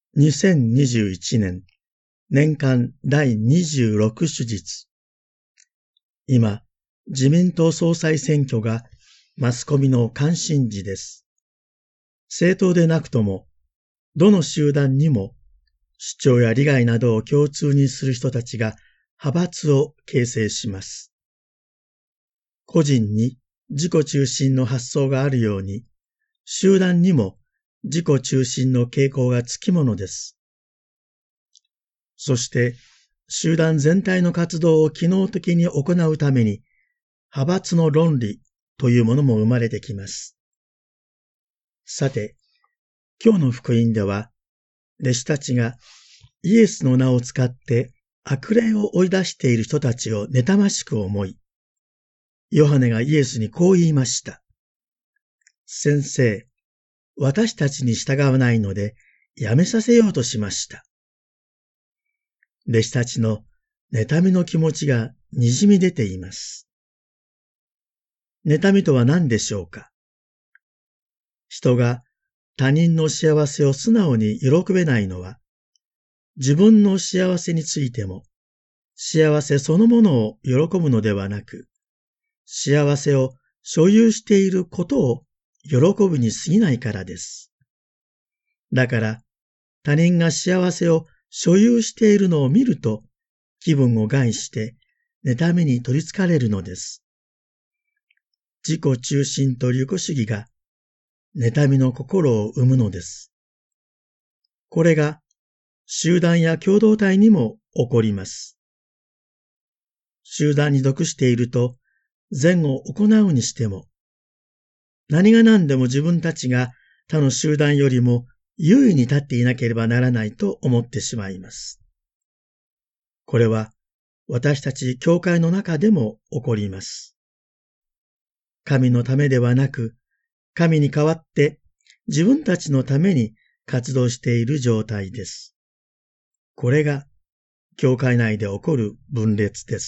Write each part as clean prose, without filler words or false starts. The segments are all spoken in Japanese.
2021年年間第26手術。今、自民党総裁選挙がマスコミの関心事です。政党でなくとも、どの集団にも主張や利害などを共通にする人たちが派閥を形成します。個人に自己中心の発想があるように、集団にも自己中心の傾向がつきものです。そして、集団全体の活動を機能的に行うために、派閥の論理というものも生まれてきます。さて、今日の福音では、弟子たちがイエスの名を使って悪霊を追い出している人たちを妬ましく思い、ヨハネがイエスにこう言いました。先生、私たちに従わないのでやめさせようとしました。弟子たちの妬みの気持ちがにじみ出ています。妬みとは何でしょうか。人が他人の幸せを素直に喜べないのは、自分の幸せについても、幸せそのものを喜ぶのではなく、幸せを所有していることを喜ぶに過ぎないからです。だから、他人が幸せを所有しているのを見ると、気分を害して、妬みに取り憑かれるのです。自己中心と利己主義が、妬みの心を生むのです。これが、集団や共同体にも起こります。集団に属していると、善を行うにしても、何が何でも自分たちが他の集団よりも優位に立っていなければならないと思ってしまいます。これは私たち教会の中でも起こります。神のためではなく、神に代わって自分たちのために活動している状態です。これが教会内で起こる分裂です。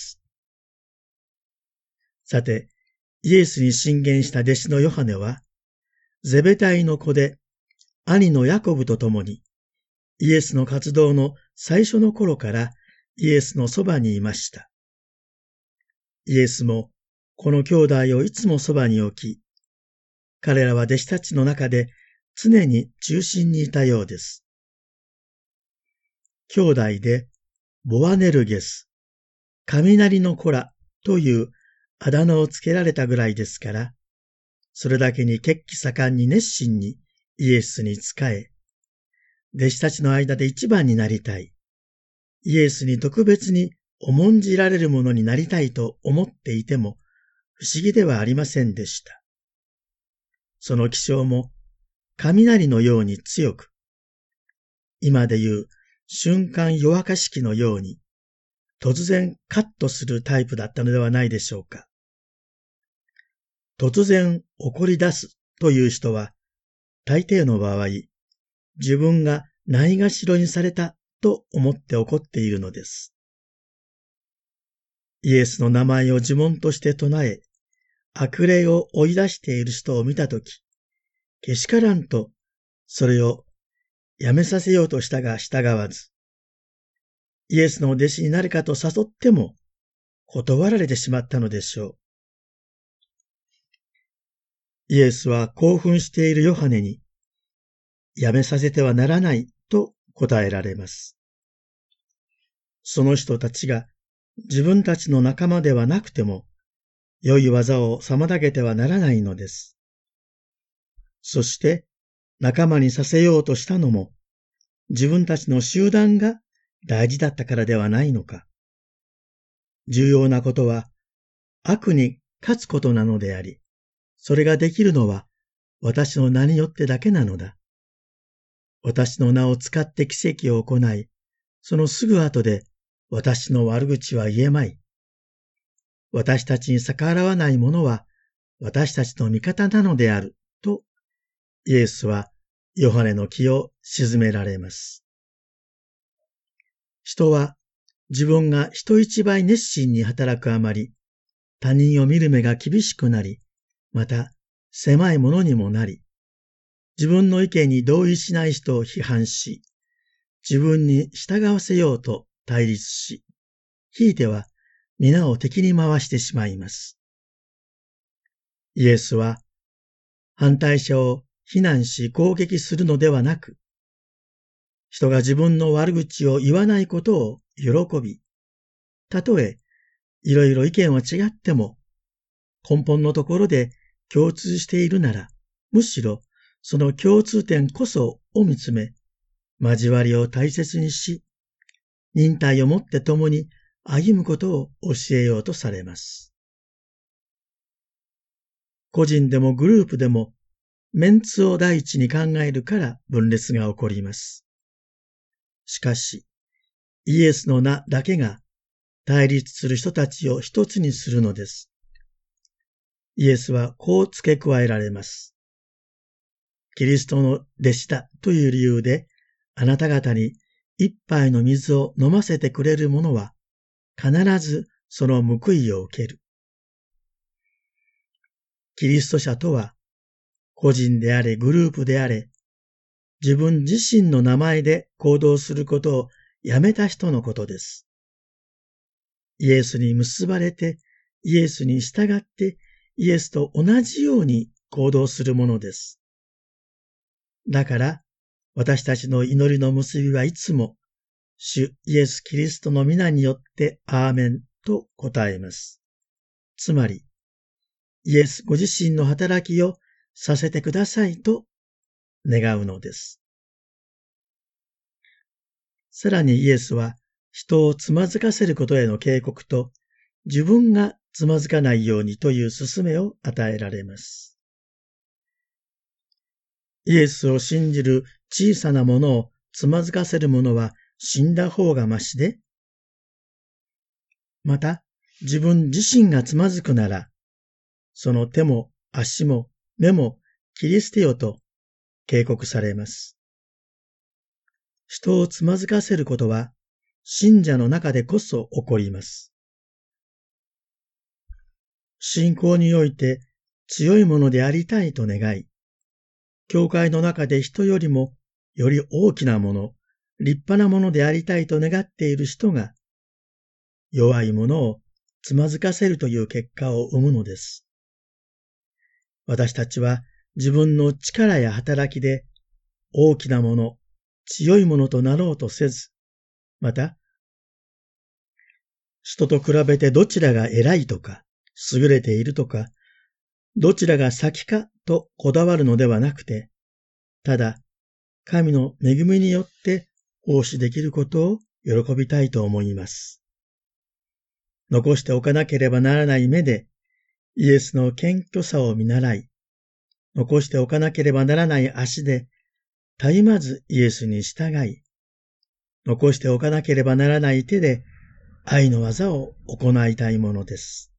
さて、イエスに進言した弟子のヨハネは、ゼベダイの子で兄のヤコブと共に、イエスの活動の最初の頃からイエスのそばにいました。イエスもこの兄弟をいつもそばに置き、彼らは弟子たちの中で常に中心にいたようです。兄弟でボアネルゲス、雷の子らというあだ名をつけられたぐらいですから、それだけに血気盛んに熱心にイエスに仕え、弟子たちの間で一番になりたい、イエスに特別に重んじられるものになりたいと思っていても不思議ではありませんでした。その気性も雷のように強く、今でいう瞬間夜明かし器のように突然カッとするタイプだったのではないでしょうか。突然怒り出すという人は、大抵の場合、自分がないがしろにされたと思って怒っているのです。イエスの名前を呪文として唱え、悪霊を追い出している人を見たとき、けしからんと、それをやめさせようとしたが従わず、イエスの弟子になるかと誘っても、断られてしまったのでしょう。イエスは興奮しているヨハネに、やめさせてはならないと答えられます。その人たちが自分たちの仲間ではなくても、良い技を妨げてはならないのです。そして仲間にさせようとしたのも、自分たちの集団が大事だったからではないのか。重要なことは悪に勝つことなのであり、それができるのは私の名によってだけなのだ。私の名を使って奇跡を行い、そのすぐ後で私の悪口は言えまい。私たちに逆らわない者は私たちの味方なのであると、イエスはヨハネの気を鎮められます。人は自分が人一倍熱心に働くあまり、他人を見る目が厳しくなり、また狭いものにもなり、自分の意見に同意しない人を批判し、 自分に従わせようと対立し、ひいては皆を敵に回してしまいます。イエスは反対者を非難し攻撃するのではなく、人が自分の悪口を言わないことを喜び、たとえいろいろ意見は違っても、根本のところで共通しているなら、むしろその共通点こそを見つめ、交わりを大切にし、忍耐をもって共に歩むことを教えようとされます。個人でもグループでも、メンツを第一に考えるから分裂が起こります。しかし、イエスの名だけが対立する人たちを一つにするのです。イエスはこう付け加えられます。キリストの弟子だという理由で、あなた方に一杯の水を飲ませてくれる者は、必ずその報いを受ける。キリスト者とは、個人であれグループであれ、自分自身の名前で行動することをやめた人のことです。イエスに結ばれて、イエスに従って、イエスと同じように行動するものです。だから、私たちの祈りの結びはいつも、主イエス・キリストの皆によってアーメンと答えます。つまり、イエスご自身の働きをさせてくださいと願うのです。さらにイエスは人をつまずかせることへの警告と、自分がつまずかないようにという勧めを与えられます。イエスを信じる小さなものをつまずかせる者は死んだ方がましで、また自分自身がつまずくなら、その手も足も目も切り捨てよと警告されます。人をつまずかせることは信者の中でこそ起こります。信仰において強いものでありたいと願い、教会の中で人よりもより大きなもの、立派なものでありたいと願っている人が、弱いものをつまずかせるという結果を生むのです。私たちは自分の力や働きで大きなもの、強いものとなろうとせず、また、人と比べてどちらが偉いとか、優れているとか、どちらが先かとこだわるのではなくて、ただ、神の恵みによって奉仕できることを喜びたいと思います。残しておかなければならない目で、イエスの謙虚さを見習い、残しておかなければならない足で、絶えまずイエスに従い、残しておかなければならない手で、愛の技を行いたいものです。